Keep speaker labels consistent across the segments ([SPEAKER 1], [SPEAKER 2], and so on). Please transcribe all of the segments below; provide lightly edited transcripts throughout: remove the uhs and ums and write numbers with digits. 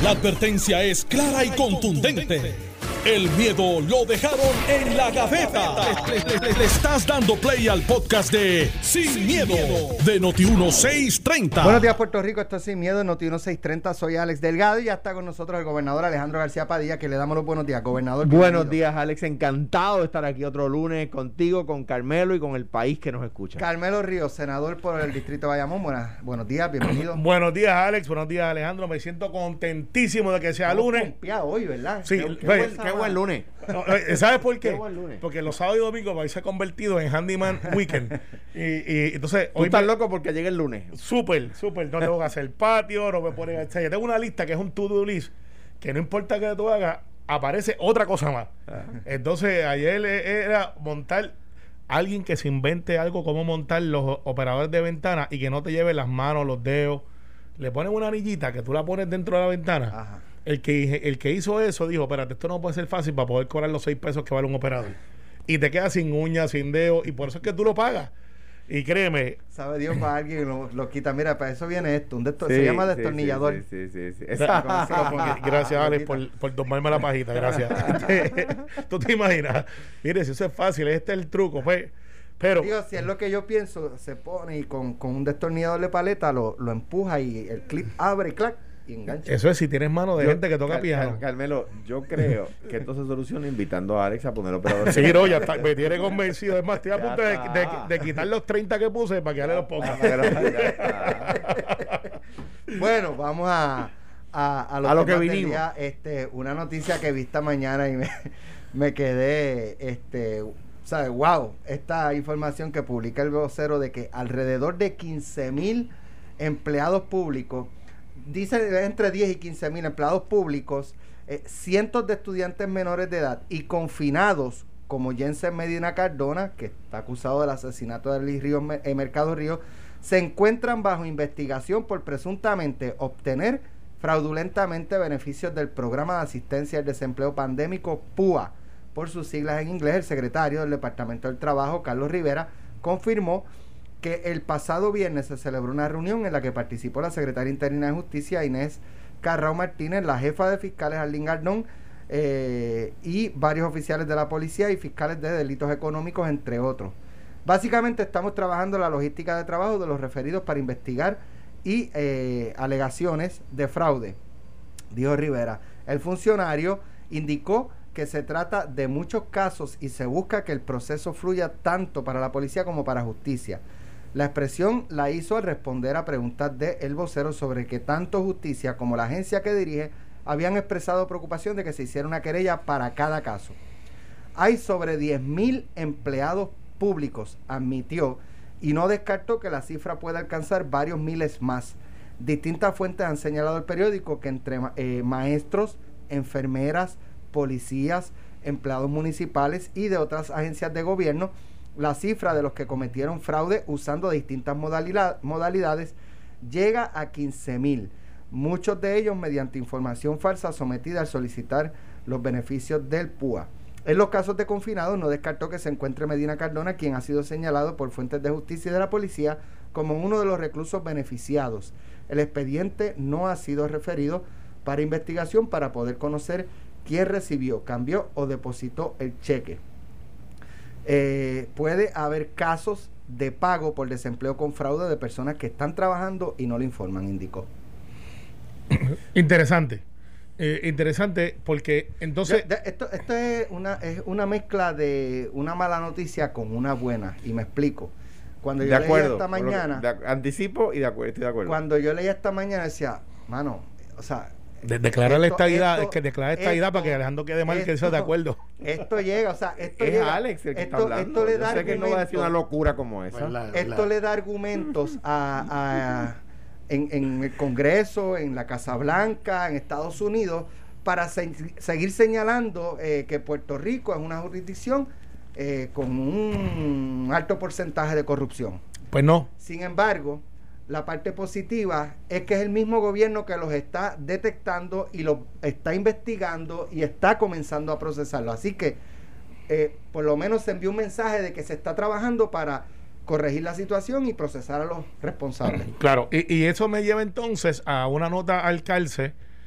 [SPEAKER 1] La advertencia es clara y contundente. El miedo lo dejaron en la gaveta. Le estás dando play al podcast de Sin Miedo de Noti1630.
[SPEAKER 2] Buenos días, Puerto Rico. Esto es Sin Miedo de Noti1630. Soy Alex Delgado y ya está con nosotros el gobernador Alejandro García Padilla, que le damos los buenos días. Gobernador,
[SPEAKER 3] buenos días, Alex. Encantado de estar aquí otro lunes contigo, con Carmelo y con el país que nos escucha.
[SPEAKER 2] Carmelo Ríos, senador por el distrito de Bayamón. Buenos días, bienvenido.
[SPEAKER 4] Buenos días, Alex. Buenos días, Alejandro. Me siento contentísimo de que sea lunes.
[SPEAKER 2] Hoy, ¿verdad?
[SPEAKER 4] Sí,
[SPEAKER 3] qué buen lunes.
[SPEAKER 4] No, ¿sabes por qué?
[SPEAKER 3] Qué buen lunes.
[SPEAKER 4] Porque los sábados y domingos vais a convertido en Handyman Weekend. y entonces
[SPEAKER 3] Tú estás loco porque llega el lunes.
[SPEAKER 4] Súper. No tengo que hacer patio, no me ponen. O sea, yo tengo una lista que es un to-do list que no importa que tú hagas, aparece otra cosa más. Entonces, ayer era montar alguien que se invente algo como montar los operadores de ventana y que no te lleve las manos, los dedos. Le ponen una anillita que tú la pones dentro de la ventana.
[SPEAKER 2] Ajá.
[SPEAKER 4] El que hizo eso dijo, espérate, esto no puede ser fácil para poder cobrar los 6 pesos que vale un operador. Y te quedas sin uñas, sin dedos, y por eso es que tú lo pagas. Y créeme.
[SPEAKER 2] Sabe Dios para alguien lo quita. Mira, para eso viene esto. Se llama destornillador.
[SPEAKER 3] Sí.
[SPEAKER 4] Gracias, Alex, por tomarme la pajita. Gracias. Tú te imaginas. Mire, si eso es fácil, este es el truco. Pues, pero
[SPEAKER 2] digo, si es lo que yo pienso, se pone y con un destornillador de paleta lo empuja y el clip abre y clac. Y engancha.
[SPEAKER 4] Eso es si tienes mano de gente que toca piano.
[SPEAKER 3] Carmelo, yo creo que esto se soluciona invitando a Alex a poner operador.
[SPEAKER 4] Sí, no, ya está, me tiene convencido. Es más, estoy a punto de quitar los 30 que puse para que Ale los ponga.
[SPEAKER 2] Bueno, vamos a
[SPEAKER 3] lo que vinimos.
[SPEAKER 2] Día. Una noticia que vi esta mañana y me quedé, ¿sabes? Wow, esta información que publica el vocero de que alrededor de 15,000 empleados públicos, dice entre 10 y 15,000 empleados públicos, cientos de estudiantes menores de edad y confinados como Jensen Medina Cardona, que está acusado del asesinato de Liz Ríos, Mercado Ríos, se encuentran bajo investigación por presuntamente obtener fraudulentamente beneficios del Programa de Asistencia al Desempleo Pandémico PUA, por sus siglas en inglés. El secretario del Departamento del Trabajo, Carlos Rivera, confirmó que el pasado viernes se celebró una reunión en la que participó la secretaria interina de Justicia, Inés Carrao Martínez, la jefa de fiscales, Arlene Gardón, y varios oficiales de la policía y fiscales de delitos económicos, entre otros. Básicamente estamos trabajando la logística de trabajo de los referidos para investigar y alegaciones de fraude, dijo Rivera. El funcionario indicó que se trata de muchos casos y se busca que el proceso fluya tanto para la policía como para justicia. La expresión la hizo al responder a preguntas de el vocero sobre que tanto justicia como la agencia que dirige habían expresado preocupación de que se hiciera una querella para cada caso. Hay sobre 10,000 empleados públicos, admitió, y no descartó que la cifra pueda alcanzar varios miles más. Distintas fuentes han señalado al periódico que entre maestros, enfermeras, policías, empleados municipales y de otras agencias de gobierno, la cifra de los que cometieron fraude usando distintas modalidades llega a 15,000, muchos de ellos mediante información falsa sometida al solicitar los beneficios del PUA. En los casos de confinados no descartó que se encuentre Medina Cardona, quien ha sido señalado por fuentes de justicia y de la policía como uno de los reclusos beneficiados. El expediente no ha sido referido para investigación para poder conocer quién recibió, cambió o depositó el cheque. Puede haber casos de pago por desempleo con fraude de personas que están trabajando y no lo informan, indicó.
[SPEAKER 4] Interesante porque entonces
[SPEAKER 2] esto es una mezcla de una mala noticia con una buena, y me explico. Cuando yo leí esta mañana,
[SPEAKER 3] anticipo y estoy de acuerdo.
[SPEAKER 2] Cuando yo leí esta mañana decía, mano, o sea,
[SPEAKER 4] declarar la estadidad, es que declarar estadidad para que Alejandro quede mal, que eso de acuerdo.
[SPEAKER 2] Esto llega, o sea, esto
[SPEAKER 3] es
[SPEAKER 2] llega,
[SPEAKER 3] Alex el que está hablando.
[SPEAKER 2] Esto le da
[SPEAKER 3] yo sé que no va a decir una locura como esa.
[SPEAKER 2] Esto le da argumentos en el Congreso, en la Casa Blanca, en Estados Unidos, para seguir señalando que Puerto Rico es una jurisdicción con un alto porcentaje de corrupción.
[SPEAKER 4] Pues no.
[SPEAKER 2] Sin embargo, la parte positiva es que es el mismo gobierno que los está detectando y los está investigando y está comenzando a procesarlo. Así que por lo menos se envió un mensaje de que se está trabajando para corregir la situación y procesar a los responsables.
[SPEAKER 4] Claro, y eso me lleva entonces a una nota al calce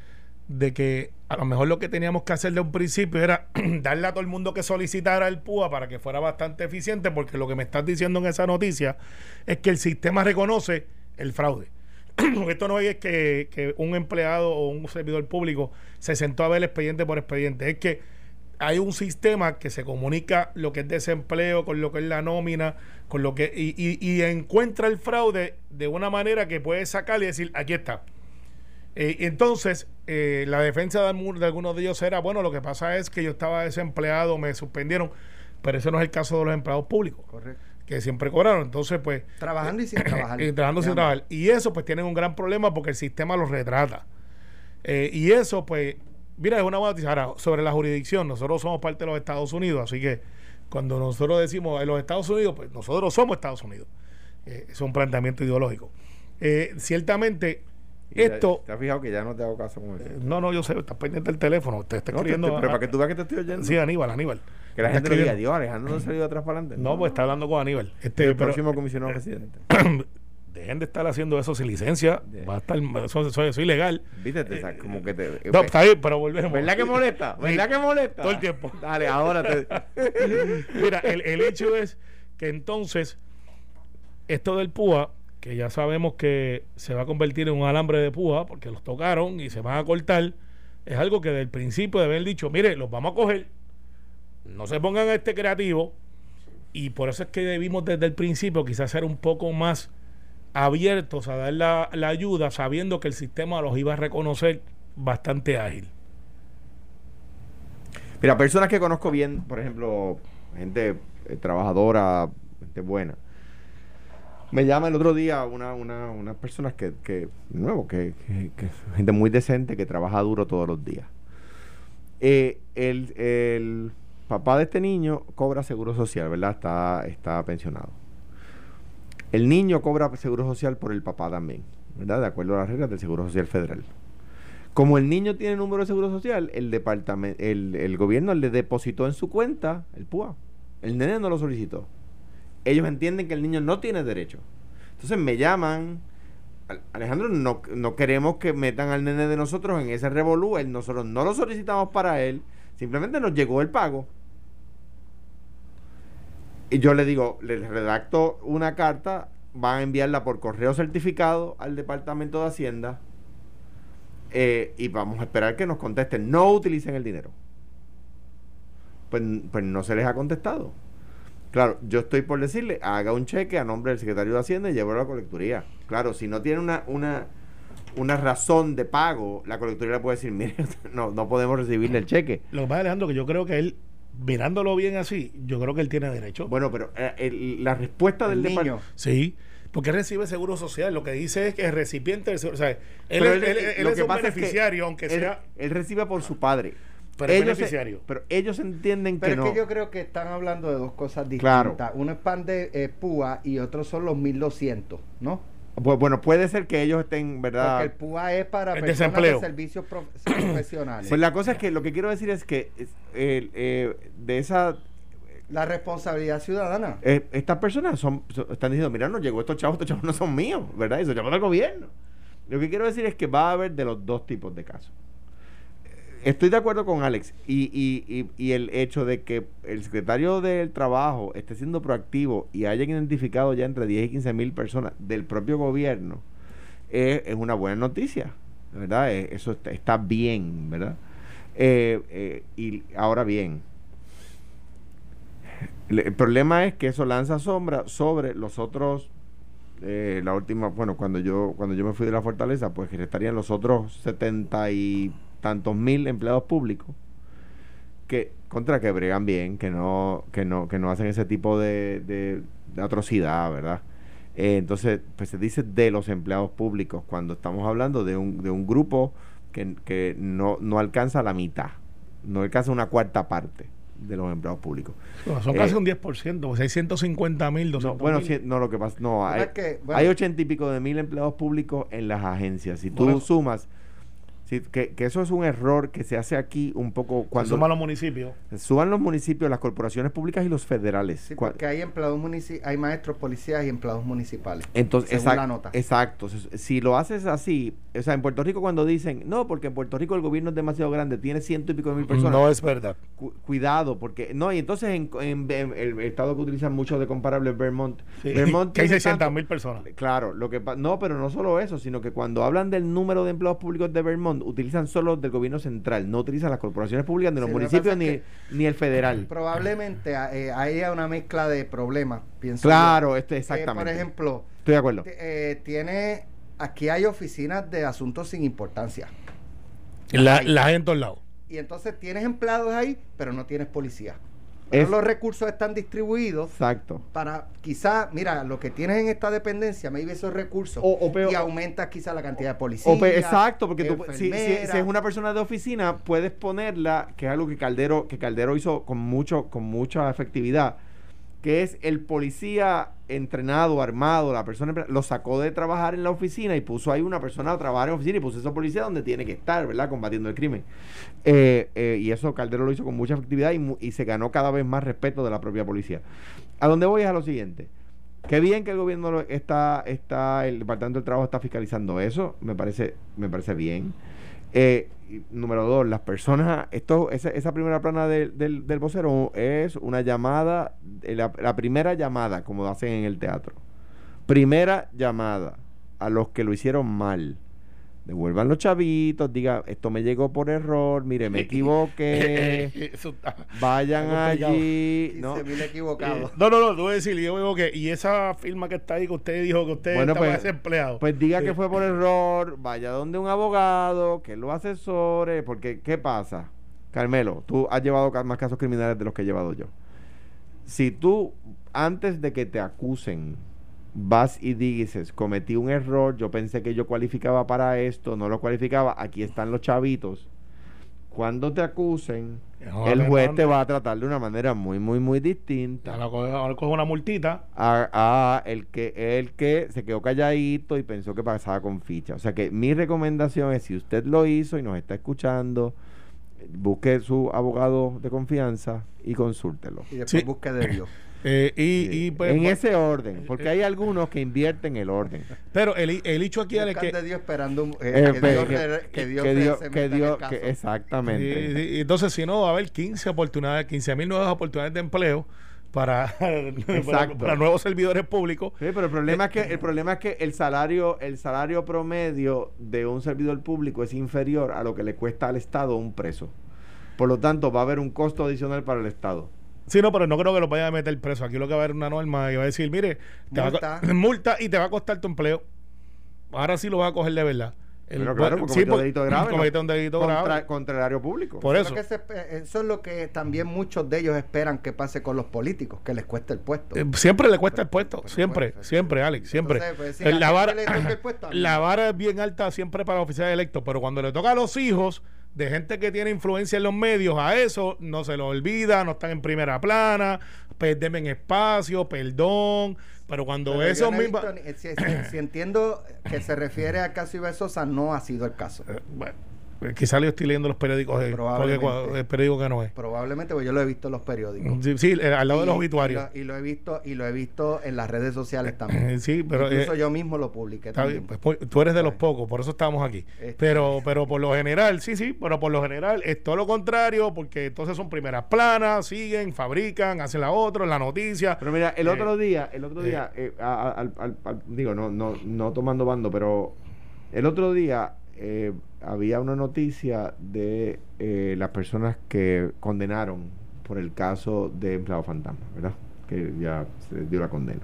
[SPEAKER 4] de que a lo mejor lo que teníamos que hacer de un principio era darle a todo el mundo que solicitara el PUA para que fuera bastante eficiente, porque lo que me estás diciendo en esa noticia es que el sistema reconoce el fraude. Esto no es que un empleado o un servidor público se sentó a ver expediente por expediente, es que hay un sistema que se comunica lo que es desempleo con lo que es la nómina, con lo que y encuentra el fraude de una manera que puede sacar y decir, aquí está. Entonces, la defensa de algunos de ellos era, bueno, lo que pasa es que yo estaba desempleado, me suspendieron, pero ese no es el caso de los empleados públicos.
[SPEAKER 2] Correcto.
[SPEAKER 4] Que siempre cobraron. Entonces, pues...
[SPEAKER 2] Trabajando y sin trabajar.
[SPEAKER 4] Y trabajando sin trabajar. Y eso, pues, tienen un gran problema porque el sistema los retrata. Y eso, pues... Mira, es una buena noticia. Ahora, sobre la jurisdicción, nosotros somos parte de los Estados Unidos, así que cuando nosotros decimos en los Estados Unidos, pues nosotros somos Estados Unidos. Es un planteamiento ideológico. Ciertamente... Esto.
[SPEAKER 3] ¿Te has fijado que ya no te hago caso con eso?
[SPEAKER 4] No, yo sé, estás pendiente del teléfono. Te está escribiendo.
[SPEAKER 3] Pero para que tú veas que te estoy oyendo.
[SPEAKER 4] Sí, Aníbal.
[SPEAKER 3] Que la gente le diga, Dios, Alejandro no ha salido atrás para adelante.
[SPEAKER 4] No, pues está hablando con Aníbal.
[SPEAKER 3] El próximo comisionado residente.
[SPEAKER 4] Dejen de estar haciendo eso sin licencia. Va a estar. Eso es ilegal.
[SPEAKER 3] Viste, como que te.
[SPEAKER 4] No, está bien, pero volvemos.
[SPEAKER 3] ¿Verdad que molesta? ¿Verdad que molesta?
[SPEAKER 4] Todo el tiempo.
[SPEAKER 3] Dale, ahora te.
[SPEAKER 4] Mira, el hecho es que entonces, esto del PUA, que ya sabemos que se va a convertir en un alambre de púa porque los tocaron y se van a cortar, es algo que desde el principio deben haber dicho, mire, los vamos a coger, no se pongan creativos, y por eso es que debimos desde el principio quizás ser un poco más abiertos a dar la ayuda, sabiendo que el sistema los iba a reconocer bastante ágil.
[SPEAKER 3] Mira, personas que conozco bien, por ejemplo, gente trabajadora, gente buena. Me llama el otro día unas personas que gente muy decente que trabaja duro todos los días. El papá de este niño cobra seguro social, ¿verdad? Está pensionado. El niño cobra seguro social por el papá también, ¿verdad? De acuerdo a las reglas del Seguro Social Federal. Como el niño tiene número de seguro social, el gobierno le depositó en su cuenta el PUA. El nene no lo solicitó. Ellos entienden que el niño no tiene derecho. Entonces me llaman, Alejandro, no queremos que metan al nene de nosotros en ese revolú. Nosotros no lo solicitamos para él, simplemente nos llegó el pago. Y yo le digo, le redacto una carta, van a enviarla por correo certificado al Departamento de Hacienda, y vamos a esperar que nos contesten. No utilicen el dinero. Pues no se les ha contestado. Claro, yo estoy por decirle, haga un cheque a nombre del secretario de Hacienda y llévalo a la colecturía. Claro, si no tiene una razón de pago, la colecturía le puede decir, mire, no podemos recibirle el cheque.
[SPEAKER 4] Lo que pasa, Alejandro, que yo creo que él, mirándolo bien así, yo creo que él tiene derecho.
[SPEAKER 3] Bueno, pero la respuesta del
[SPEAKER 2] niño.
[SPEAKER 4] Sí, porque recibe seguro social. Lo que dice es que es recipiente del seguro. O sea, él es un beneficiario, aunque sea.
[SPEAKER 3] Él recibe por su padre.
[SPEAKER 4] Pero beneficiario.
[SPEAKER 3] Pero ellos entienden que no.
[SPEAKER 2] Pero es que yo creo que están hablando de dos cosas distintas. Claro. Uno es pan de PUA y otros son los 1,200, ¿no?
[SPEAKER 3] Pues bueno, puede ser que ellos estén, ¿verdad?
[SPEAKER 2] Porque el PUA es para
[SPEAKER 4] el
[SPEAKER 2] personas
[SPEAKER 4] desempleo.
[SPEAKER 2] de servicios profesionales.
[SPEAKER 3] Pues la cosa es que lo que quiero decir es que de esa...
[SPEAKER 2] La responsabilidad ciudadana.
[SPEAKER 3] Estas personas están diciendo, mira, nos llegó estos chavos no son míos, ¿verdad? Esos chavos del gobierno. Lo que quiero decir es que va a haber de los dos tipos de casos. Estoy de acuerdo con Alex y el hecho de que el secretario del Trabajo esté siendo proactivo y hayan identificado ya entre 10 y 15 mil personas del propio gobierno es una buena noticia, ¿verdad? Eso está bien, ¿verdad? Y ahora bien, el problema es que eso lanza sombra sobre los otros. La última, bueno, cuando yo me fui de la Fortaleza, pues que estarían los otros 70 y tantos mil empleados públicos que bregan bien, que no hacen ese tipo de atrocidad, ¿verdad? Entonces, pues se dice de los empleados públicos cuando estamos hablando de un grupo que no alcanza la mitad, no alcanza una cuarta parte de los empleados públicos.
[SPEAKER 4] No, son casi un 10%, 650,000, 200,000.
[SPEAKER 3] Bueno, sí, no, lo que pasa, no, hay 80 y pico de mil empleados públicos en las agencias. Si tú sumas Sí, que eso es un error que se hace aquí un poco cuando
[SPEAKER 4] suman los municipios.
[SPEAKER 3] Suban los municipios, las corporaciones públicas y los federales.
[SPEAKER 2] Sí, porque hay empleados hay maestros, policías y empleados municipales.
[SPEAKER 3] Entonces,
[SPEAKER 2] según la nota.
[SPEAKER 3] Exacto. Si lo haces así, o sea, en Puerto Rico cuando dicen, no, porque en Puerto Rico el gobierno es demasiado grande, tiene 100 y pico de mil personas.
[SPEAKER 4] No es verdad.
[SPEAKER 3] Cuidado, porque no, y entonces en el estado que utilizan mucho de comparable Vermont,
[SPEAKER 4] Sí,
[SPEAKER 3] Vermont
[SPEAKER 4] que hay
[SPEAKER 3] tiene
[SPEAKER 4] 600,000 personas.
[SPEAKER 3] Claro, no, pero no solo eso, sino que cuando hablan del número de empleados públicos de Vermont, utilizan solo del gobierno central, no utilizan las corporaciones públicas ni los municipios ni el federal.
[SPEAKER 2] Probablemente haya una mezcla de problemas, pienso
[SPEAKER 3] claro,
[SPEAKER 2] yo.
[SPEAKER 3] Exactamente.
[SPEAKER 2] Por ejemplo,
[SPEAKER 3] estoy de acuerdo.
[SPEAKER 2] Aquí hay oficinas de asuntos sin importancia.
[SPEAKER 4] Las hay en todos lados.
[SPEAKER 2] Y entonces tienes empleados ahí, pero no tienes policía. Pero los recursos están distribuidos.
[SPEAKER 3] Exacto.
[SPEAKER 2] Para quizá, mira, lo que tienes en esta dependencia, maybe esos recursos. Y aumentas quizá la cantidad de policías.
[SPEAKER 3] Exacto, porque tú, si es una persona de oficina, puedes ponerla, que es algo que Caldero hizo con mucha efectividad, que es el policía entrenado, armado, la persona lo sacó de trabajar en la oficina y puso ahí una persona a trabajar en la oficina y puso a esa policía donde tiene que estar, ¿verdad? Combatiendo el crimen. Y eso Caldero lo hizo con mucha efectividad y se ganó cada vez más respeto de la propia policía. A donde voy es a lo siguiente. Qué bien que el gobierno el Departamento del Trabajo está fiscalizando eso, me parece bien. Número 2, las personas, esa primera plana del vocero es una llamada, la primera llamada, como hacen en el teatro. Primera llamada a los que lo hicieron mal. Devuelvan los chavitos, diga, esto me llegó por error, mire, me equivoqué. Vayan allí.
[SPEAKER 2] 15,000 equivocados.
[SPEAKER 4] No, te voy a decir, yo me equivoqué. Y esa firma que está ahí, que usted dijo que usted estaba desempleado.
[SPEAKER 3] Pues diga que fue por error, vaya donde un abogado, que lo asesore, porque ¿qué pasa? Carmelo, tú has llevado más casos criminales de los que he llevado yo. Si tú, antes de que te acusen, vas y dices, cometí un error, yo pensé que yo cualificaba para esto, no lo cualificaba, aquí están los chavitos. Cuando te acusen, el juez te va a tratar de una manera muy, muy, muy distinta.
[SPEAKER 4] Ahora coge una multita.
[SPEAKER 3] El que se quedó calladito y pensó que pasaba con ficha. O sea que mi recomendación es, si usted lo hizo y nos está escuchando, busque su abogado de confianza y consúltelo.
[SPEAKER 2] Y después busque de Dios.
[SPEAKER 3] Pues, en ese orden, porque hay algunos que invierten el orden.
[SPEAKER 4] Pero el hecho aquí es
[SPEAKER 2] que de Dios esperando que Dios
[SPEAKER 3] exactamente.
[SPEAKER 4] Entonces, si no, va a haber 15,000 nuevas oportunidades de empleo para nuevos servidores públicos.
[SPEAKER 3] Sí, pero el problema es que el salario promedio de un servidor público es inferior a lo que le cuesta al Estado un preso. Por lo tanto, va a haber un costo adicional para el Estado.
[SPEAKER 4] Sí, no, pero no creo que lo vaya a meter preso. Aquí lo que va a haber una norma y va a decir, mire, multa y te va a costar tu empleo. Ahora sí lo vas a coger de verdad.
[SPEAKER 3] Pero claro, porque cometió un delito grave.
[SPEAKER 4] Un delito grave
[SPEAKER 3] contra el erario público.
[SPEAKER 4] Por eso.
[SPEAKER 2] Eso es lo que también muchos de ellos esperan que pase con los políticos, que les cueste el puesto.
[SPEAKER 4] Siempre le cuesta el puesto. Siempre, Alex, siempre.
[SPEAKER 2] Entonces, pues,
[SPEAKER 4] la vara es bien alta siempre para oficiales electos, pero cuando le toca a los hijos de gente que tiene influencia en los medios, a eso no se lo olvida, no están en primera plana, deben espacio, perdón, pero cuando eso mismo...
[SPEAKER 2] Si entiendo que se refiere a caso Iber Sosa, no ha sido el caso.
[SPEAKER 4] Bueno, quizá yo estoy leyendo los periódicos, el periódico que no es.
[SPEAKER 2] Probablemente, porque yo lo he visto en los periódicos.
[SPEAKER 4] Sí, al lado de los obituarios.
[SPEAKER 2] Y lo he visto en las redes sociales también.
[SPEAKER 4] Sí, pero
[SPEAKER 2] incluso yo mismo lo publiqué también.
[SPEAKER 4] Pues, tú eres de los pocos, por eso estamos aquí. Pero por lo general, pero por lo general es todo lo contrario, porque entonces son primeras planas, siguen, fabrican, hacen la otra, la noticia.
[SPEAKER 3] Pero mira, el otro día, digo, no tomando bando, pero el otro día había una noticia de las personas que condenaron por el caso de empleado fantasma, ¿verdad? Que ya se dio la condena.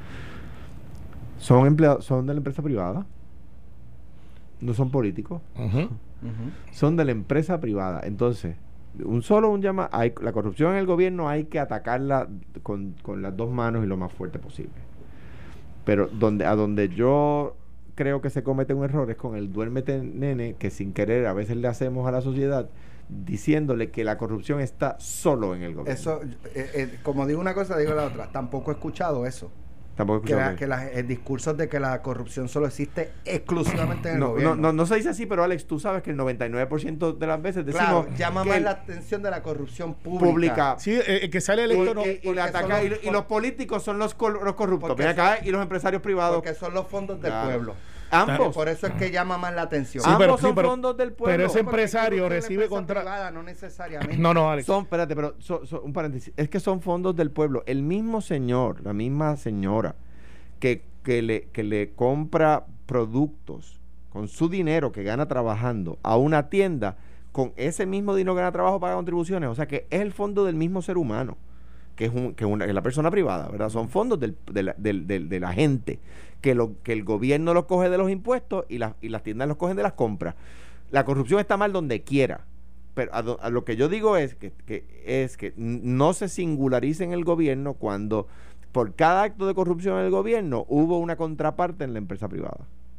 [SPEAKER 3] Son de la empresa privada, no son políticos, son de la empresa privada. Entonces, la corrupción en el gobierno hay que atacarla con las dos manos y lo más fuerte posible. Pero a donde yo creo que se comete un error es con el duérmete nene, que sin querer a veces le hacemos a la sociedad, diciéndole que la corrupción está solo en el gobierno.
[SPEAKER 2] Eso, como digo una cosa, digo la otra. Tampoco he escuchado eso.
[SPEAKER 3] Tampoco
[SPEAKER 2] el discurso de que la corrupción solo existe exclusivamente en el gobierno.
[SPEAKER 3] No se dice así, pero Alex, tú sabes que el 99% de las veces decimos...
[SPEAKER 2] Claro, llama más la atención de la corrupción pública.
[SPEAKER 4] Sí, que sale electo...
[SPEAKER 3] Y los políticos son los corruptos. Ven acá, y los empresarios privados...
[SPEAKER 2] Porque son los fondos del pueblo.
[SPEAKER 3] Ambos.
[SPEAKER 2] Por eso es que llama más la atención.
[SPEAKER 3] Ambos son fondos del pueblo.
[SPEAKER 4] Pero ese empresario recibe
[SPEAKER 2] privada, no necesariamente.
[SPEAKER 4] No, Alex.
[SPEAKER 3] Espérate, pero un paréntesis. Es que son fondos del pueblo. El mismo señor, la misma señora que le compra productos con su dinero que gana trabajando a una tienda, con ese mismo dinero que gana trabajo paga contribuciones. O sea que es el fondo del mismo ser humano, que es la persona privada, ¿verdad? Son fondos de la gente, que el gobierno los coge de los impuestos y las tiendas los cogen de las compras. La corrupción está mal donde quiera, pero a lo que yo digo es que no se singularice en el gobierno cuando por cada acto de corrupción en el gobierno hubo una contraparte en la empresa privada.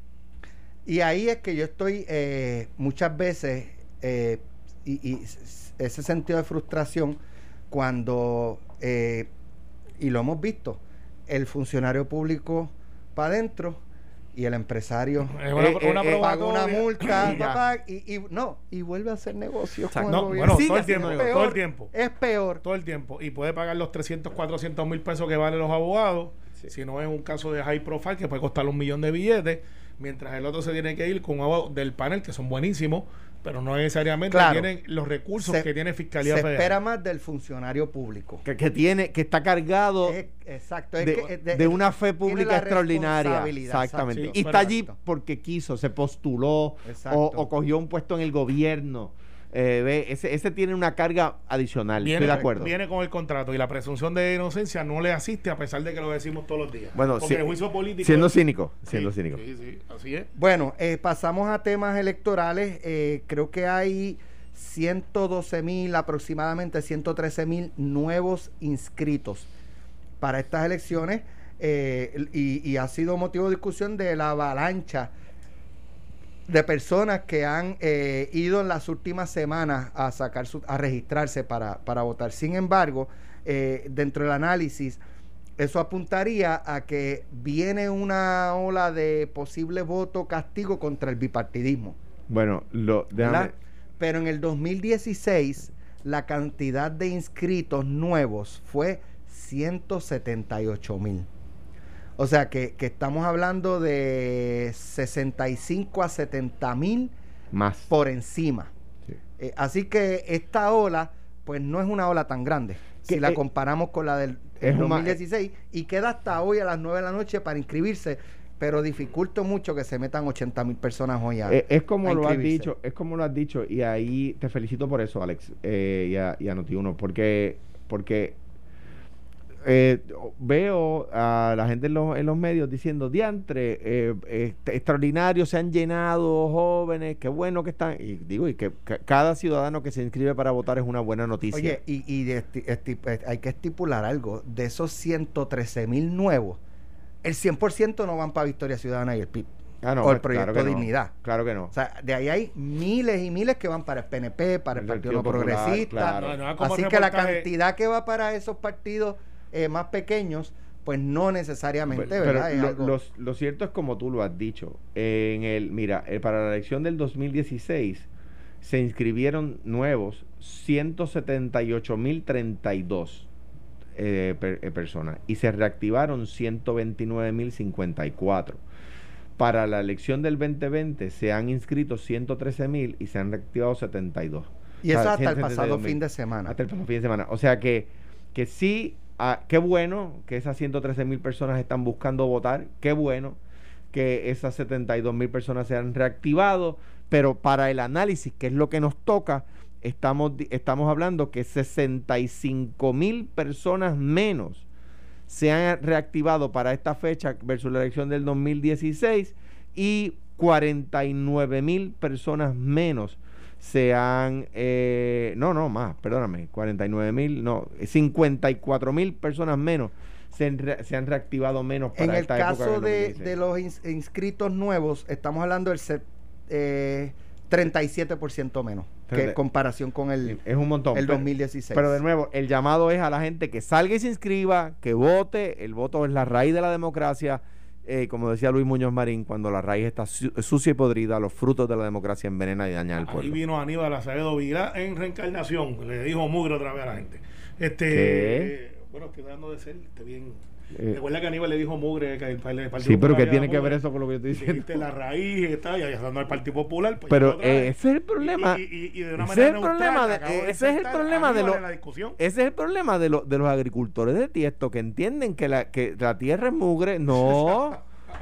[SPEAKER 2] Y ahí es que yo estoy muchas veces y ese sentido de frustración cuando y lo hemos visto, el funcionario público para adentro y el empresario paga una multa y vuelve a hacer negocios con el gobierno.
[SPEAKER 4] Todo el tiempo.
[SPEAKER 2] Es peor.
[SPEAKER 4] Todo el tiempo. Y puede pagar los 300, 400 mil pesos que valen los abogados. Sí. Si no es un caso de high profile que puede costar $1 millón de billetes, mientras el otro se tiene que ir con abogados del panel que son buenísimos, pero no necesariamente tienen los recursos que tiene Fiscalía Federal.
[SPEAKER 2] Se espera más del funcionario público.
[SPEAKER 3] Que está cargado de una fe pública extraordinaria. Exactamente. Sí, y está allí porque quiso, se postuló o cogió un puesto en el gobierno. Ese tiene una carga adicional. Estoy de acuerdo.
[SPEAKER 4] Viene con el contrato y la presunción de inocencia no le asiste a pesar de que lo decimos todos los días.
[SPEAKER 3] Bueno,
[SPEAKER 4] porque el juicio político
[SPEAKER 3] siendo cínico.
[SPEAKER 4] Sí, así es.
[SPEAKER 2] Bueno, pasamos a temas electorales. Creo que hay 112,000, aproximadamente 113,000 nuevos inscritos para estas elecciones y ha sido motivo de discusión de la avalancha de personas que han ido en las últimas semanas a registrarse para votar. Sin embargo, dentro del análisis, eso apuntaría a que viene una ola de posible voto castigo contra el bipartidismo.
[SPEAKER 3] Bueno,
[SPEAKER 2] pero en el 2016 la cantidad de inscritos nuevos fue 178,000. O sea que estamos hablando de 65 a 70,000
[SPEAKER 3] más
[SPEAKER 2] por encima. Sí. Así que esta ola, pues no es una ola tan grande si la comparamos con la del 2016 y queda hasta hoy a las 9 de la noche para inscribirse, pero dificulta mucho que se metan 80,000 personas hoy
[SPEAKER 3] es como lo has dicho, y ahí te felicito por eso, Alex, y a Noti1, porque veo a la gente en los medios diciendo diantre, extraordinario, se han llenado jóvenes, qué bueno que están, y digo, y que cada ciudadano que se inscribe para votar es una buena noticia.
[SPEAKER 2] Oye, hay que estipular algo, de esos 113,000 nuevos, el 100% no van para Victoria Ciudadana y el PIB. O el Proyecto Dignidad.
[SPEAKER 3] Claro que no.
[SPEAKER 2] O sea, de ahí hay miles y miles que van para el PNP, para el Partido Progresista.
[SPEAKER 3] Claro.
[SPEAKER 2] Así que la cantidad que va para esos partidos más pequeños, pues no necesariamente, ¿verdad?
[SPEAKER 3] Lo cierto es como tú lo has dicho. Para la elección del 2016 se inscribieron nuevos 178,032 personas y se reactivaron 129,054. Para la elección del 2020 se han inscrito 113,000 y se han reactivado 72.
[SPEAKER 2] Y eso hasta el pasado fin de semana.
[SPEAKER 3] Hasta el pasado fin de semana. O sea que sí. Qué bueno que esas 113,000 personas están buscando votar, qué bueno que esas 72,000 personas se han reactivado, pero para el análisis, que es lo que nos toca, estamos hablando que 65,000 personas menos se han reactivado para esta fecha versus la elección del 2016 y 49,000 personas menos se han, 54,000 personas menos se han reactivado menos para esta época.
[SPEAKER 2] En el caso de los inscritos nuevos, estamos hablando del 37% menos que en comparación con el
[SPEAKER 3] es un montón,
[SPEAKER 2] el 2016.
[SPEAKER 3] Pero de nuevo, el llamado es a la gente que salga y se inscriba, que vote. El voto es la raíz de la democracia. Como decía Luis Muñoz Marín, cuando la raíz está sucia y podrida, los frutos de la democracia envenenan y dañan al pueblo.
[SPEAKER 4] Ahí vino Aníbal Acevedo Vilá en reencarnación, le dijo mugre otra vez a la gente. Bueno, estoy dando de ser bien. Recuerda que Aníbal le dijo mugre que el Partido
[SPEAKER 3] sí, pero
[SPEAKER 4] Popular
[SPEAKER 3] ¿qué tiene
[SPEAKER 4] mugre,
[SPEAKER 3] que ver eso con lo que yo estoy diciendo?
[SPEAKER 4] Dijiste la raíz está y ayudando al Partido Popular. Pues
[SPEAKER 3] pero ese es el problema.
[SPEAKER 4] Y de una manera
[SPEAKER 3] ese es el problema de
[SPEAKER 4] la discusión.
[SPEAKER 3] Ese es el problema de los agricultores de Tiesto, que entienden que la tierra es mugre. No,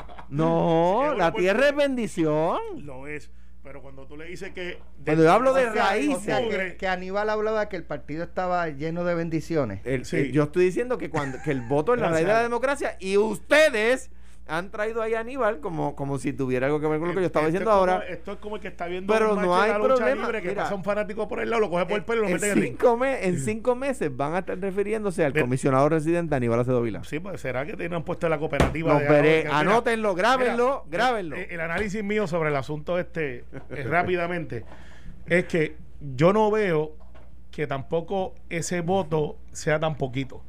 [SPEAKER 3] no, la tierra es bendición.
[SPEAKER 4] Lo es. Pero cuando tú le dices que...
[SPEAKER 3] Cuando yo hablo de raíces...
[SPEAKER 2] O sea, que Aníbal hablaba que el partido estaba lleno de bendiciones.
[SPEAKER 3] Yo estoy diciendo que que el voto es la raíz de la democracia y ustedes han traído ahí a Aníbal como si tuviera algo que ver con lo que yo estaba diciendo ahora.
[SPEAKER 4] Esto es como el que está viendo
[SPEAKER 3] pero
[SPEAKER 4] un
[SPEAKER 3] no
[SPEAKER 4] match
[SPEAKER 3] hay
[SPEAKER 4] de la lucha
[SPEAKER 3] problema.
[SPEAKER 4] libre, que
[SPEAKER 3] Mira,
[SPEAKER 4] pasa un fanático por el lado, lo coge por el pelo y lo mete en el ring.
[SPEAKER 3] En 5 meses van a estar refiriéndose al comisionado residente Aníbal Acevedo Vilá.
[SPEAKER 4] Sí, pues será que tienen puesto la cooperativa.
[SPEAKER 3] Los veré, anótenlo, grábenlo.
[SPEAKER 4] El análisis mío sobre el asunto rápidamente es que yo no veo que tampoco ese voto sea tan poquito.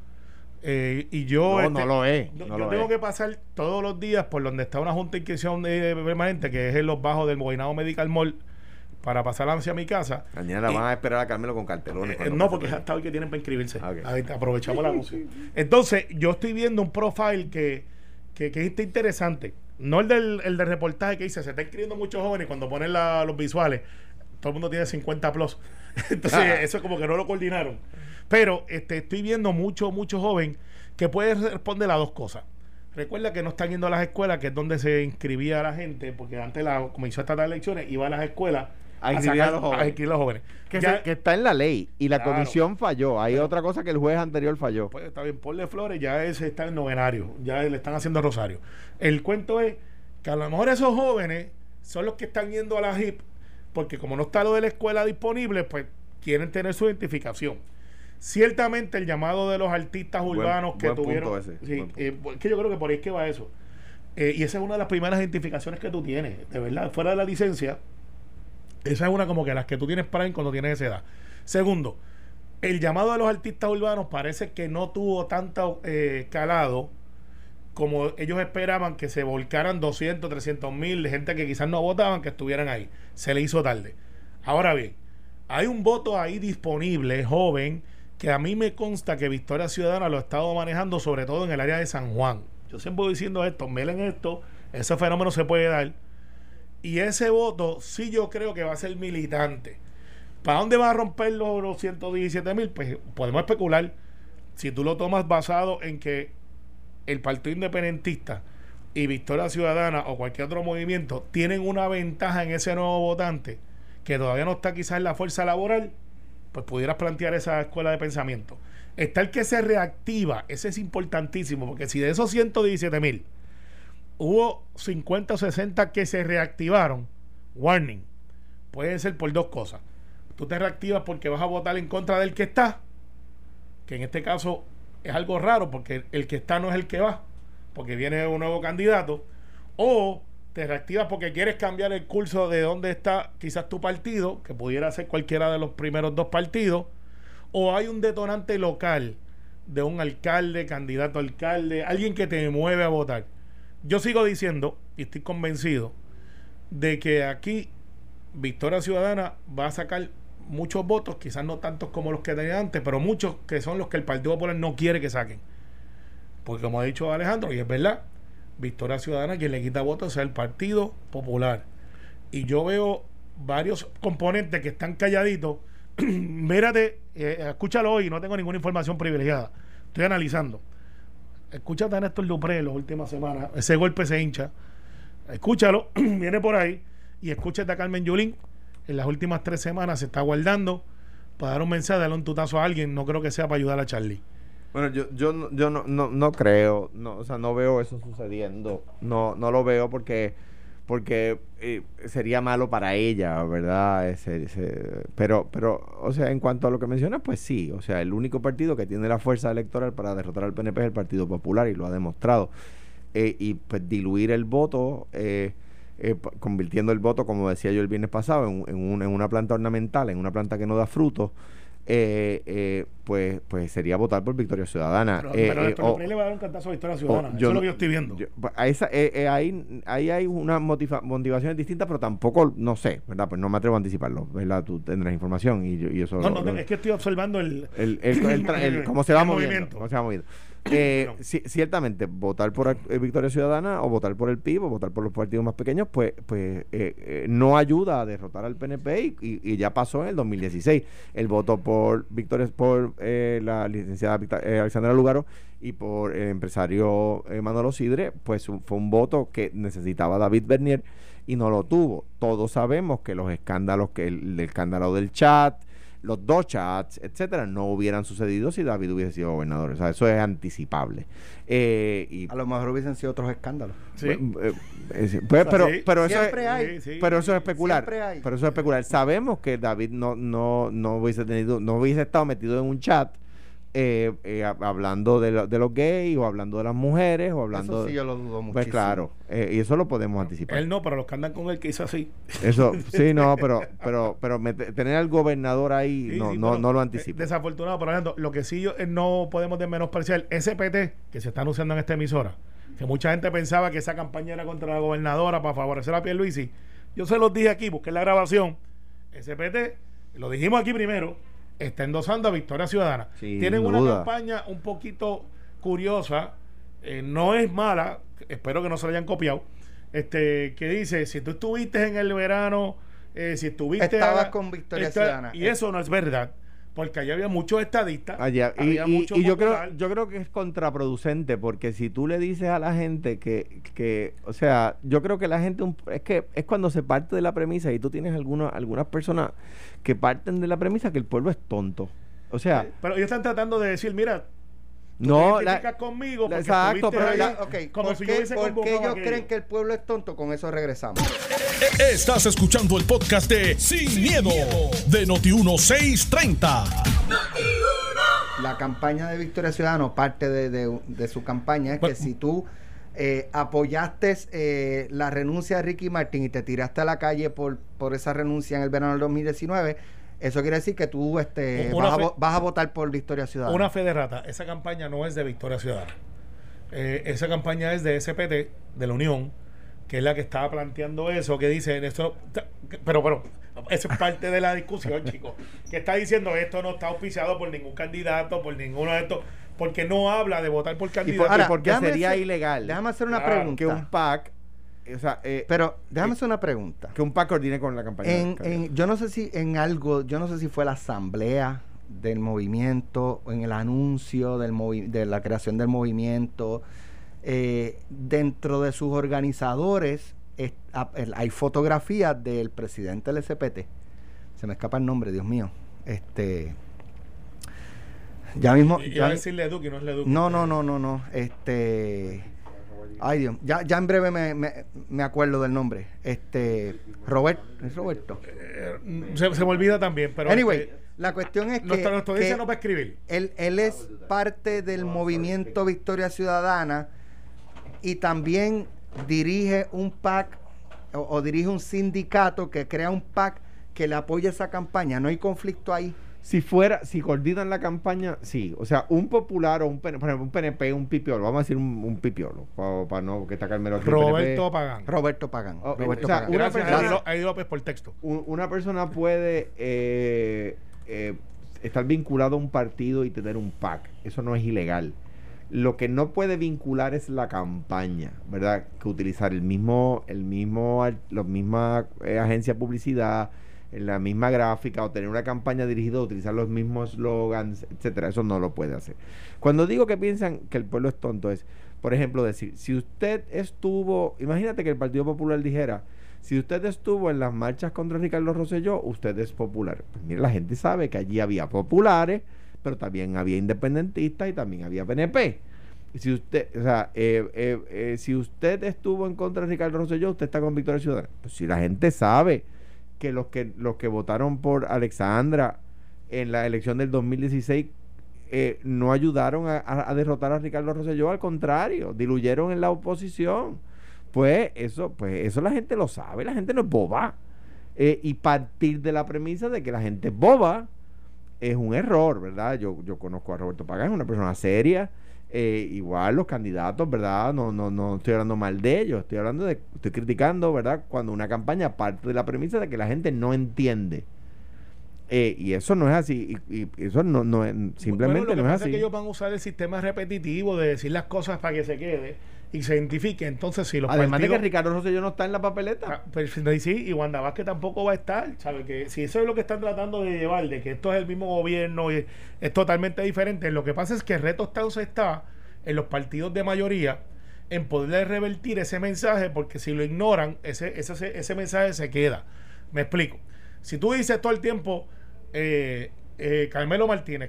[SPEAKER 4] Y yo
[SPEAKER 3] no lo es.
[SPEAKER 4] Yo tengo que pasar todos los días por donde está una junta de inscripción permanente, que es en los bajos del Moinado Medical Mall, para pasar hacia mi casa.
[SPEAKER 3] Mañana van a esperar a Carmelo con cartelones.
[SPEAKER 4] No, porque es hasta hoy que tienen para inscribirse.
[SPEAKER 3] Okay.
[SPEAKER 4] Ahí aprovechamos la música. Entonces, yo estoy viendo un profile que es interesante. No el del reportaje que dice, se está inscribiendo muchos jóvenes y cuando ponen los visuales, todo el mundo tiene 50 plus. Entonces, eso es como que no lo coordinaron. Pero estoy viendo mucho joven que puede responder a dos cosas. Recuerda que no están yendo a las escuelas, que es donde se inscribía la gente, porque antes la Comisión Estatal de Elecciones iba a las escuelas
[SPEAKER 3] a inscribir a los jóvenes. Que está en la ley y la comisión falló. Hay otra cosa que el juez anterior falló.
[SPEAKER 4] Pues está bien, ponle flores, ya ese está en novenario, ya le están haciendo rosario. El cuento es que a lo mejor esos jóvenes son los que están yendo a la HIP, porque como no está lo de la escuela disponible, pues quieren tener su identificación. Ciertamente el llamado de los artistas urbanos que tuvieron, que yo creo que por ahí es que va eso, y esa es una de las primeras identificaciones que tú tienes, de verdad, fuera de la licencia. Esa es una como que las que tú tienes prime cuando tienes esa edad. Segundo, el llamado de los artistas urbanos parece que no tuvo tanto calado como ellos esperaban, que se volcaran 200, 300 mil de gente que quizás no votaban, que estuvieran ahí. Se le hizo tarde. Ahora bien, hay un voto ahí disponible, joven, que a mí me consta que Victoria Ciudadana lo ha estado manejando, sobre todo en el área de San Juan. Yo siempre voy diciendo esto, miren esto, ese fenómeno se puede dar. Y ese voto sí yo creo que va a ser militante. ¿Para dónde va a romper los 117 mil? Pues podemos especular. Si tú lo tomas basado en que el Partido Independentista y Victoria Ciudadana o cualquier otro movimiento tienen una ventaja en ese nuevo votante que todavía no está quizás en la fuerza laboral, pues pudieras plantear esa escuela de pensamiento. Está el que se reactiva, ese es importantísimo, porque si de esos 117 mil hubo 50 o 60 que se reactivaron, warning, puede ser por dos cosas. Tú te reactivas porque vas a votar en contra del que está, que en este caso es algo raro porque el que está no es el que va, porque viene un nuevo candidato, o te reactivas porque quieres cambiar el curso de donde está quizás tu partido, que pudiera ser cualquiera de los primeros dos partidos, o hay un detonante local de un alcalde, candidato a alcalde, alguien que te mueve a votar. Yo sigo diciendo, y estoy convencido, de que aquí Victoria Ciudadana va a sacar muchos votos, quizás no tantos como los que tenía antes, pero muchos que son los que el Partido Popular no quiere que saquen. Porque como ha dicho Alejandro, y es verdad, Victoria Ciudadana, quien le quita votos es el Partido Popular. Y yo veo varios componentes que están calladitos. Mírate, escúchalo hoy, no tengo ninguna información privilegiada. Estoy analizando. Escúchate a Néstor Dupré en las últimas semanas. Ese golpe se hincha. Escúchalo, viene por ahí. Y escúchate a Carmen Yulín. En las últimas 3 semanas se está guardando para dar un mensaje, darle un tutazo a alguien. No creo que sea para ayudar a Charlie.
[SPEAKER 3] Bueno, yo no creo, o sea, no veo eso sucediendo. No lo veo porque sería malo para ella, ¿verdad? Pero, o sea, en cuanto a lo que mencionas, pues sí. O sea, el único partido que tiene la fuerza electoral para derrotar al PNP es el Partido Popular y lo ha demostrado. Y pues diluir el voto convirtiendo el voto, como decía yo el viernes pasado, en una planta ornamental, en una planta que no da frutos, pues sería votar por Victoria Ciudadana.
[SPEAKER 4] Pero Néstor Duprey le va a dar un cantazo a Victoria Ciudadana. Eso es lo que yo estoy viendo.
[SPEAKER 3] Ahí hay unas motivaciones distintas, pero tampoco, no sé, ¿verdad? Pues no me atrevo a anticiparlo, ¿verdad? Tú tendrás información y eso...
[SPEAKER 4] Es que estoy observando
[SPEAKER 3] cómo se va moviendo. Cómo se va moviendo. Ciertamente, votar por Victoria Ciudadana o votar por el PIB o votar por los partidos más pequeños, pues no ayuda a derrotar al PNP y ya pasó en el 2016. El voto por Victoria, por la licenciada Alexandra Lúgaro y por el empresario Manolo Sidre, pues fue un voto que necesitaba David Bernier y no lo tuvo. Todos sabemos que los escándalos, que el escándalo del chat, los 2 chats, etcétera, no hubieran sucedido si David hubiese sido gobernador. O sea, eso es anticipable.
[SPEAKER 2] A lo mejor hubiesen sido otros escándalos.
[SPEAKER 4] Sí.
[SPEAKER 3] Pero eso
[SPEAKER 2] siempre hay.
[SPEAKER 3] Pero eso es especular.
[SPEAKER 2] Hay.
[SPEAKER 3] Pero eso es especular. Sabemos que David no hubiese estado metido en un chat hablando de los gays o hablando de las mujeres o hablando...
[SPEAKER 2] Eso sí yo lo dudo muchísimo.
[SPEAKER 3] Pues claro, y eso lo podemos anticipar.
[SPEAKER 4] Él no, pero los que andan con él que hizo así.
[SPEAKER 3] Eso, sí, no, pero tener al gobernador ahí no lo anticipa.
[SPEAKER 4] Desafortunado, por ejemplo, lo que sí no podemos menospreciar, SPT, que se está anunciando en esta emisora, que mucha gente pensaba que esa campaña era contra la gobernadora para favorecer a Pierluisi. Yo se los dije aquí, busqué la grabación. SPT, lo dijimos aquí primero, está endosando a Victoria Ciudadana. Tienen una campaña un poquito curiosa, no es mala, espero que no se la hayan copiado, que dice, si tú estuviste en el verano, si estuviste...
[SPEAKER 2] Estabas con Victoria Ciudadana.
[SPEAKER 4] Y eso no es verdad, porque allá había muchos estadistas.
[SPEAKER 3] Y yo creo que es contraproducente, porque si tú le dices a la gente que o sea, yo creo que la gente es cuando se parte de la premisa, y tú tienes algunas personas que parten de la premisa que el pueblo es tonto. O sea,
[SPEAKER 4] pero ellos están tratando de decir, mira,
[SPEAKER 3] no,
[SPEAKER 4] te identificas conmigo porque
[SPEAKER 3] exacto, pero
[SPEAKER 2] ¿por qué ellos creen que el pueblo es tonto? Con eso regresamos.
[SPEAKER 1] Estás escuchando el podcast de Sin Miedo de Noti1630.
[SPEAKER 2] La campaña de Victoria Ciudadana, parte de su campaña, es que si tú apoyaste la renuncia de Ricky Martin y te tiraste a la calle por esa renuncia en el verano del 2019, eso quiere decir que tú vas a votar por Victoria Ciudadana.
[SPEAKER 4] Una fe de rata. Esa campaña no es de Victoria Ciudadana. Esa campaña es de SPT, de la Unión, que es la que estaba planteando eso, que dice eso, pero eso es parte de la discusión, chicos, que está diciendo esto no está auspiciado por ningún candidato, por ninguno de estos, porque no habla de votar por candidato.
[SPEAKER 3] Porque sería ilegal.
[SPEAKER 2] Déjame hacer una pregunta.
[SPEAKER 3] Que un PAC...
[SPEAKER 2] pero déjame hacer una pregunta.
[SPEAKER 3] Que un PAC coordine con la campaña.
[SPEAKER 2] Yo no sé si fue la asamblea del movimiento, o en el anuncio de la creación del movimiento, dentro de sus organizadores hay fotografías del presidente del SPT. Se me escapa el nombre, Dios mío. Ya mismo.
[SPEAKER 4] Iba a decirle Duque, no es Leduc.
[SPEAKER 2] No. Ay, Dios. Ya en breve me acuerdo del nombre. Roberto.
[SPEAKER 4] Se me olvida también, pero...
[SPEAKER 2] Anyway, la cuestión es que...
[SPEAKER 4] Nuestra audiencia no va a escribir.
[SPEAKER 2] Él es parte del movimiento Victoria Ciudadana y también dirige un PAC o dirige un sindicato que crea un PAC que le apoya esa campaña. ¿No hay conflicto ahí?
[SPEAKER 3] Si coordinan la campaña, sí. O sea, un popular o por ejemplo, un PNP, un pipiolo, vamos a decir un pipiolo, para no que está Carmelo aquí.
[SPEAKER 4] Roberto Pagán.
[SPEAKER 2] Gracias.
[SPEAKER 4] Ahí López por texto.
[SPEAKER 3] Una persona puede estar vinculado a un partido y tener un PAC. Eso no es ilegal. Lo que no puede vincular es la campaña, ¿verdad? Que utilizar la misma agencia de publicidad, la misma gráfica, o tener una campaña dirigida a utilizar los mismos slogans, etcétera. Eso no lo puede hacer. Cuando digo que piensan que el pueblo es tonto, es, por ejemplo, decir, si usted estuvo, imagínate que el Partido Popular dijera, si usted estuvo en las marchas contra Ricardo Rosselló, usted es popular. Pues mire, la gente sabe que allí había populares, pero también había independentistas y también había PNP. Si usted, si usted estuvo en contra de Ricardo Rosselló, usted está con Victoria Ciudadana. Pues si la gente sabe que los que votaron por Alexandra en la elección del 2016 no ayudaron a derrotar a Ricardo Rosselló, al contrario, diluyeron en la oposición. pues eso la gente lo sabe, la gente no es boba. Y partir de la premisa de que la gente es boba es un error, ¿verdad? Yo conozco a Roberto Pagán, es una persona seria. Igual los candidatos, ¿verdad? No estoy hablando mal de ellos, estoy criticando, ¿verdad? Cuando una campaña parte de la premisa de que la gente no entiende. Y eso no es así, y eso no es, simplemente
[SPEAKER 4] bueno,
[SPEAKER 3] no es así.
[SPEAKER 4] Es que ellos van a usar el sistema repetitivo de decir las cosas para que se quede y se identifique. Entonces, si los
[SPEAKER 3] además
[SPEAKER 4] partidos,
[SPEAKER 3] de que Ricardo Rosselló no está en la papeleta.
[SPEAKER 4] Pues, sí, y Wanda Vázquez tampoco va a estar, ¿sabes? Que si eso es lo que están tratando de llevar, de que esto es el mismo gobierno y es totalmente diferente, lo que pasa es que el reto está en los partidos de mayoría en poder revertir ese mensaje, porque si lo ignoran, ese mensaje se queda. Me explico. Si tú dices todo el tiempo Carmelo Martínez,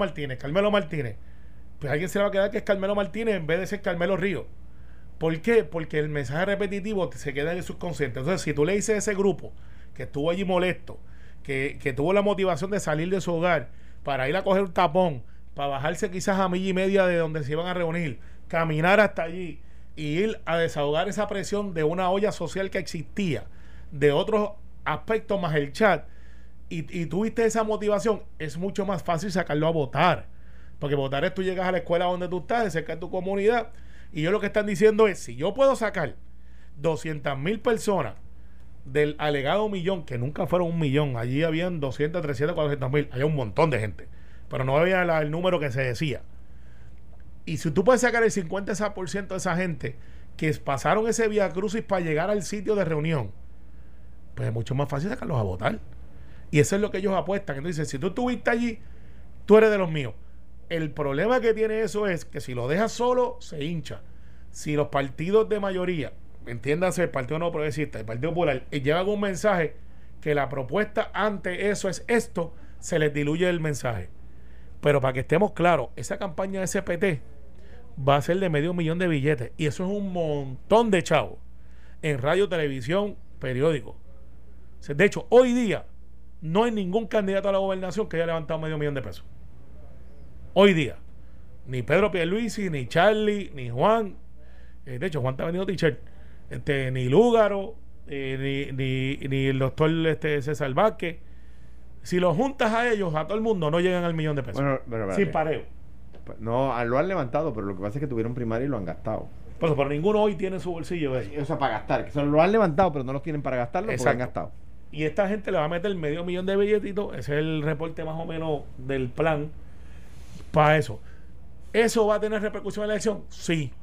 [SPEAKER 4] pues alguien se le va a quedar que es Carmelo Martínez en vez de ser Carmelo Ríos. ¿Por qué? Porque el mensaje repetitivo se queda en el subconsciente. Entonces, si tú le dices a ese grupo que estuvo allí molesto, que tuvo la motivación de salir de su hogar para ir a coger un tapón, para bajarse quizás a 1.5 millas de donde se iban a reunir, caminar hasta allí y ir a desahogar esa presión de una olla social que existía, de otros aspectos más el chat, y tuviste esa motivación, es mucho más fácil sacarlo a votar. Porque votar es tú llegas a la escuela donde tú estás, de cerca de tu comunidad, y ellos lo que están diciendo es, si yo puedo sacar 200,000 personas del alegado 1,000,000, que nunca fueron 1,000,000, allí habían 200, 300, 400,000, había un montón de gente, pero no había el número que se decía. Y si tú puedes sacar el 50% de esa gente que pasaron ese vía crucis para llegar al sitio de reunión, pues es mucho más fácil sacarlos a votar. Y eso es lo que ellos apuestan. Entonces, si tú estuviste allí, tú eres de los míos. El problema que tiene eso es que si lo dejas solo, se hincha. Si los partidos de mayoría, entiéndase el Partido No Progresista, el Partido Popular, llevan un mensaje que la propuesta ante eso es esto, se les diluye el mensaje. Pero para que estemos claros, esa campaña de SPT va a ser de 500,000 de billetes. Y eso es un montón de chavos en radio, televisión, periódico. De hecho, hoy día no hay ningún candidato a la gobernación que haya levantado 500,000 de pesos. Hoy día. Ni Pedro Pierluisi, ni Charlie, ni Juan. De hecho, Juan está vendiendo t-shirt. Ni Lúgaro, ni el doctor César Vázquez. Si lo juntas a ellos, a todo el mundo, no llegan al 1,000,000 de pesos. Bueno, sin pareo.
[SPEAKER 3] No, lo han levantado, pero lo que pasa es que tuvieron primaria y lo han gastado.
[SPEAKER 4] Pero ninguno hoy tiene su bolsillo de eso.
[SPEAKER 3] O sea, para gastar. Que lo han levantado, pero no los tienen para gastarlo porque han gastado.
[SPEAKER 4] Y esta gente le va a meter 500,000 de billetitos. Ese es el reporte más o menos del plan para eso. ¿Eso va a tener repercusión en la elección? Sí.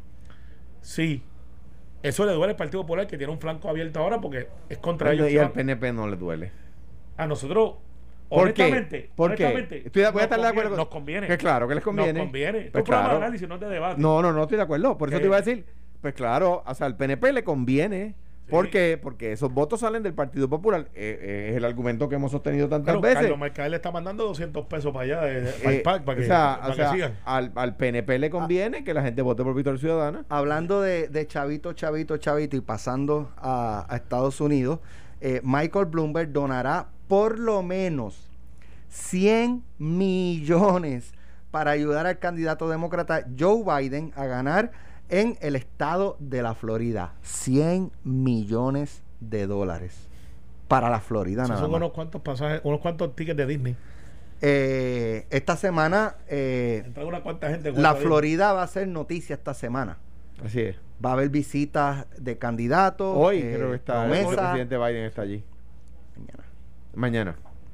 [SPEAKER 4] Eso le duele al Partido Popular, que tiene un flanco abierto ahora porque es contra ellos.
[SPEAKER 3] Y al PNP no le duele.
[SPEAKER 4] A nosotros,
[SPEAKER 3] honestamente, ¿por qué? Voy a estar de acuerdo.
[SPEAKER 4] Nos conviene.
[SPEAKER 3] Que claro que les conviene.
[SPEAKER 4] Nos conviene.
[SPEAKER 3] Pues
[SPEAKER 4] claro. De análisis, no de debate.
[SPEAKER 3] No estoy de acuerdo. Por eso te iba a decir, pues claro, o sea, al PNP le conviene. ¿Por qué? Porque esos votos salen del Partido Popular. Es el argumento que hemos sostenido tantas veces.
[SPEAKER 4] Carlos Mercader le está mandando 200 pesos para allá, para el PAC, para que sigan.
[SPEAKER 3] Al PNP le conviene que la gente vote por Victoria Ciudadana.
[SPEAKER 2] Hablando de chavito y pasando a Estados Unidos, Michael Bloomberg donará por lo menos 100 millones para ayudar al candidato demócrata Joe Biden a ganar en el estado de la Florida. 100 millones de dólares para la Florida, nada más.
[SPEAKER 4] Son unos cuantos pasajes, unos cuantos tickets de Disney.
[SPEAKER 2] Esta semana
[SPEAKER 4] una cuanta gente
[SPEAKER 2] la Florida va a ser noticia esta semana.
[SPEAKER 3] Así es.
[SPEAKER 2] Va a haber visitas de candidatos.
[SPEAKER 3] Hoy creo que está el presidente Biden está allí. Mañana.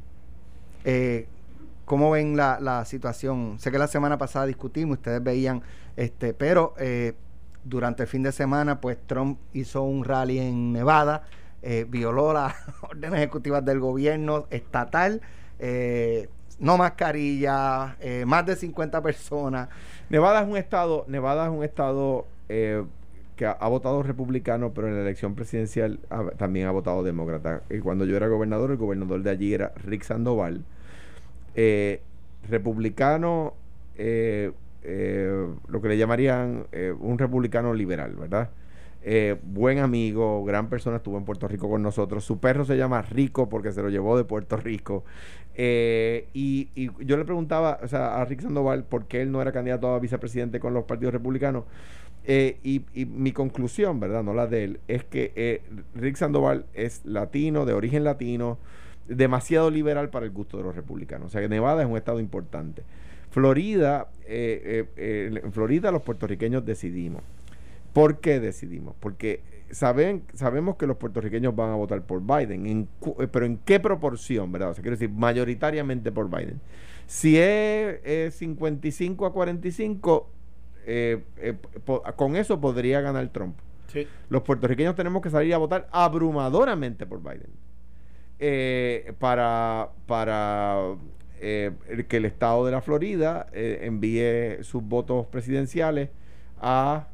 [SPEAKER 2] ¿Cómo ven la situación? Sé que la semana pasada discutimos, ustedes veían, pero durante el fin de semana, pues Trump hizo un rally en Nevada, violó las órdenes ejecutivas del gobierno estatal, no mascarilla, más de 50 personas.
[SPEAKER 3] Nevada es un estado que ha votado republicano, pero en la elección presidencial también ha votado demócrata. Y cuando yo era gobernador, el gobernador de allí era Rick Sandoval, republicano, lo que le llamarían un republicano liberal, ¿verdad? Buen amigo, gran persona, estuvo en Puerto Rico con nosotros. Su perro se llama Rico porque se lo llevó de Puerto Rico. Y yo le preguntaba, o sea, a Rick Sandoval por qué él no era candidato a vicepresidente con los partidos republicanos. Y mi conclusión, ¿verdad? No la de él, es que Rick Sandoval es latino, de origen latino, demasiado liberal para el gusto de los republicanos. O sea que Nevada es un estado importante. Florida, en Florida los puertorriqueños decidimos. ¿Por qué decidimos? Porque sabemos que los puertorriqueños van a votar por Biden, pero ¿en qué proporción, verdad? O sea, quiero decir, mayoritariamente por Biden. Si es 55 a 45, con eso podría ganar Trump.
[SPEAKER 4] Sí.
[SPEAKER 3] Los puertorriqueños tenemos que salir a votar abrumadoramente por Biden. Para que el estado de la Florida envíe sus votos presidenciales a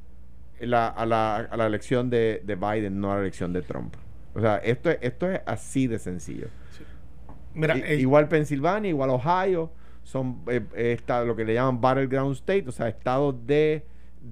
[SPEAKER 3] la elección de Biden, no a la elección de Trump. O sea, esto es así de sencillo.
[SPEAKER 4] Sí. Mira,
[SPEAKER 3] igual Pensilvania, igual Ohio, son lo que le llaman battleground state, o sea, estados de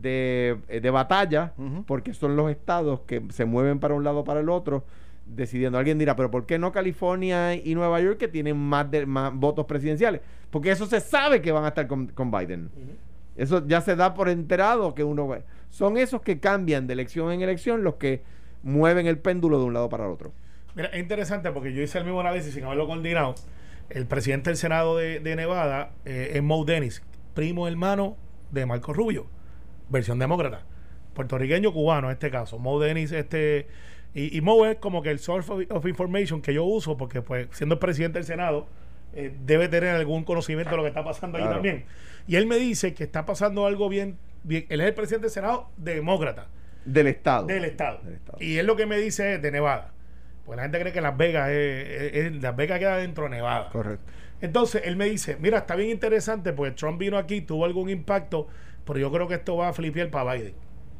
[SPEAKER 3] batalla, porque son los estados que se mueven para un lado o para el otro, decidiendo. Alguien dirá, pero ¿por qué no California y Nueva York, que tienen más votos presidenciales? Porque eso se sabe que van a estar con Biden. Eso ya se da por enterado que son esos que cambian de elección en elección los que mueven el péndulo de un lado para el otro.
[SPEAKER 4] Mira, es interesante porque yo hice el mismo análisis sin haberlo coordinado. El presidente del Senado de Nevada es Mo Dennis, primo hermano de Marco Rubio, versión demócrata, puertorriqueño cubano en este caso. Mo Dennis, y Mo es como que el source of information que yo uso, porque pues siendo el presidente del Senado debe tener algún conocimiento de lo que está pasando ahí también. Y él me dice que está pasando algo bien. Él es el presidente del Senado demócrata.
[SPEAKER 3] Del estado.
[SPEAKER 4] Y él lo que me dice es de Nevada. Pues la gente cree que Las Vegas Las Vegas queda dentro de Nevada.
[SPEAKER 2] Correcto.
[SPEAKER 4] Entonces él me dice, mira, está bien interesante porque Trump vino aquí, tuvo algún impacto, pero yo creo que esto va a flipear para Biden.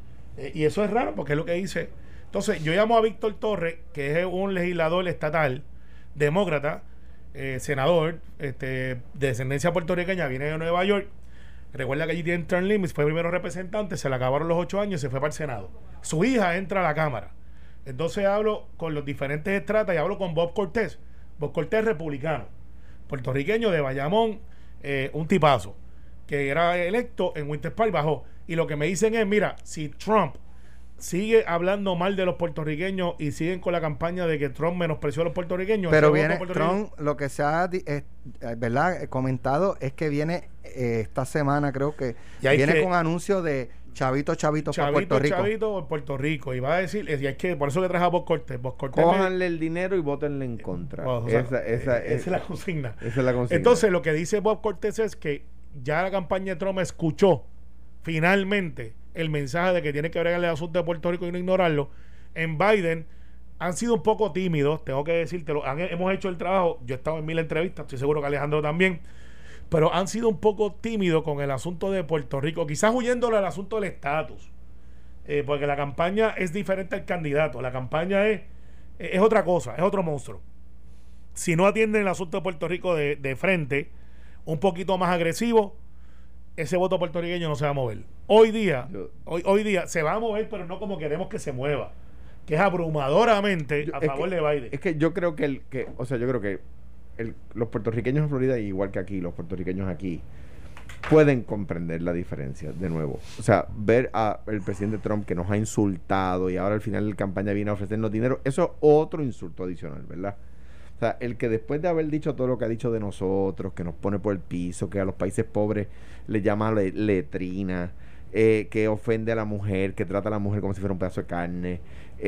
[SPEAKER 4] Y eso es raro porque es lo que dice. Entonces yo llamo a Víctor Torres, que es un legislador estatal demócrata, senador de descendencia puertorriqueña, viene de Nueva York. Recuerda que allí tienen term limits, fue primero representante, se le acabaron los 8 años y se fue para el Senado. Su hija entra a la Cámara. Entonces hablo con los diferentes estratas y hablo con Bob Cortés. Bob Cortés, republicano, puertorriqueño de Bayamón, un tipazo, que era electo en Winter Park, bajó. Y lo que me dicen es, mira, si Trump sigue hablando mal de los puertorriqueños y siguen con la campaña de que Trump menospreció a los puertorriqueños.
[SPEAKER 2] Pero viene Trump, lo que se ha ¿verdad? Comentado es que viene esta semana, creo que viene con anuncios de chavito para Puerto Rico.
[SPEAKER 4] Chavito por Puerto Rico. Y va a decir, y es que por eso que traje a Bob Cortés.
[SPEAKER 3] Cójanle el dinero y votenle en contra.
[SPEAKER 4] Esa es la consigna.
[SPEAKER 3] Esa es la consigna.
[SPEAKER 4] Entonces, lo que dice Bob Cortés es que ya la campaña de Trump escuchó finalmente el mensaje de que tiene que bregarle el asunto de Puerto Rico y no ignorarlo. En Biden han sido un poco tímidos, tengo que decírtelo. Hemos hecho el trabajo, yo he estado en 1000 entrevistas, estoy seguro que Alejandro también, pero han sido un poco tímidos con el asunto de Puerto Rico, quizás huyéndole al asunto del estatus, porque la campaña es diferente al candidato. La campaña es otra cosa, es otro monstruo. Si no atienden el asunto de Puerto Rico de frente, un poquito más agresivo, ese voto puertorriqueño no se va a mover. Hoy día se va a mover, pero no como queremos que se mueva, que es abrumadoramente a favor de Biden.
[SPEAKER 3] Es que yo creo que los puertorriqueños en Florida, igual que aquí, los puertorriqueños aquí pueden comprender la diferencia de nuevo. O sea, ver al presidente Trump que nos ha insultado y ahora al final de la campaña viene a ofrecernos dinero, eso es otro insulto adicional, ¿verdad? O sea, el que después de haber dicho todo lo que ha dicho de nosotros, que nos pone por el piso, que a los países pobres le llama letrina, que ofende a la mujer, que trata a la mujer como si fuera un pedazo de carne,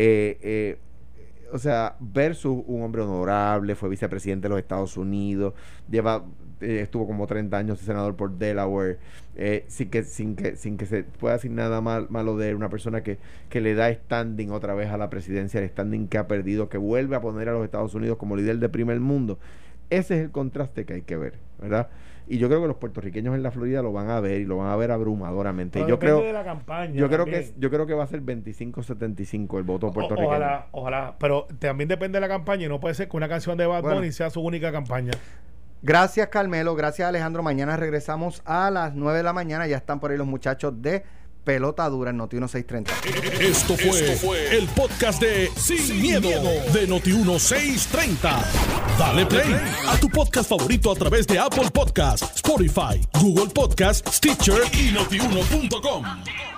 [SPEAKER 3] o sea, versus un hombre honorable, fue vicepresidente de los Estados Unidos, estuvo como 30 años de senador por Delaware, sin que se pueda decir nada malo de él, una persona que le da standing otra vez a la presidencia, el standing que ha perdido, que vuelve a poner a los Estados Unidos como líder de primer mundo. Ese es el contraste que hay que ver, ¿verdad? Y yo creo que los puertorriqueños en la Florida lo van a ver y lo van a ver abrumadoramente.
[SPEAKER 4] Pero depende de la campaña.
[SPEAKER 3] Yo creo que va a ser 25-75 el voto puertorriqueño.
[SPEAKER 4] Ojalá, pero también depende de la campaña y no puede ser que una canción de Bad Bunny sea su única campaña.
[SPEAKER 2] Gracias, Carmelo, gracias, Alejandro. Mañana regresamos a las 9 de la mañana. Ya están por ahí los muchachos de Pelota Dura en Noti 1630.
[SPEAKER 1] Esto fue el podcast de Sin Miedo de Noti 1630. Dale play a tu podcast favorito a través de Apple Podcasts, Spotify, Google Podcasts, Stitcher y Notiuno.com.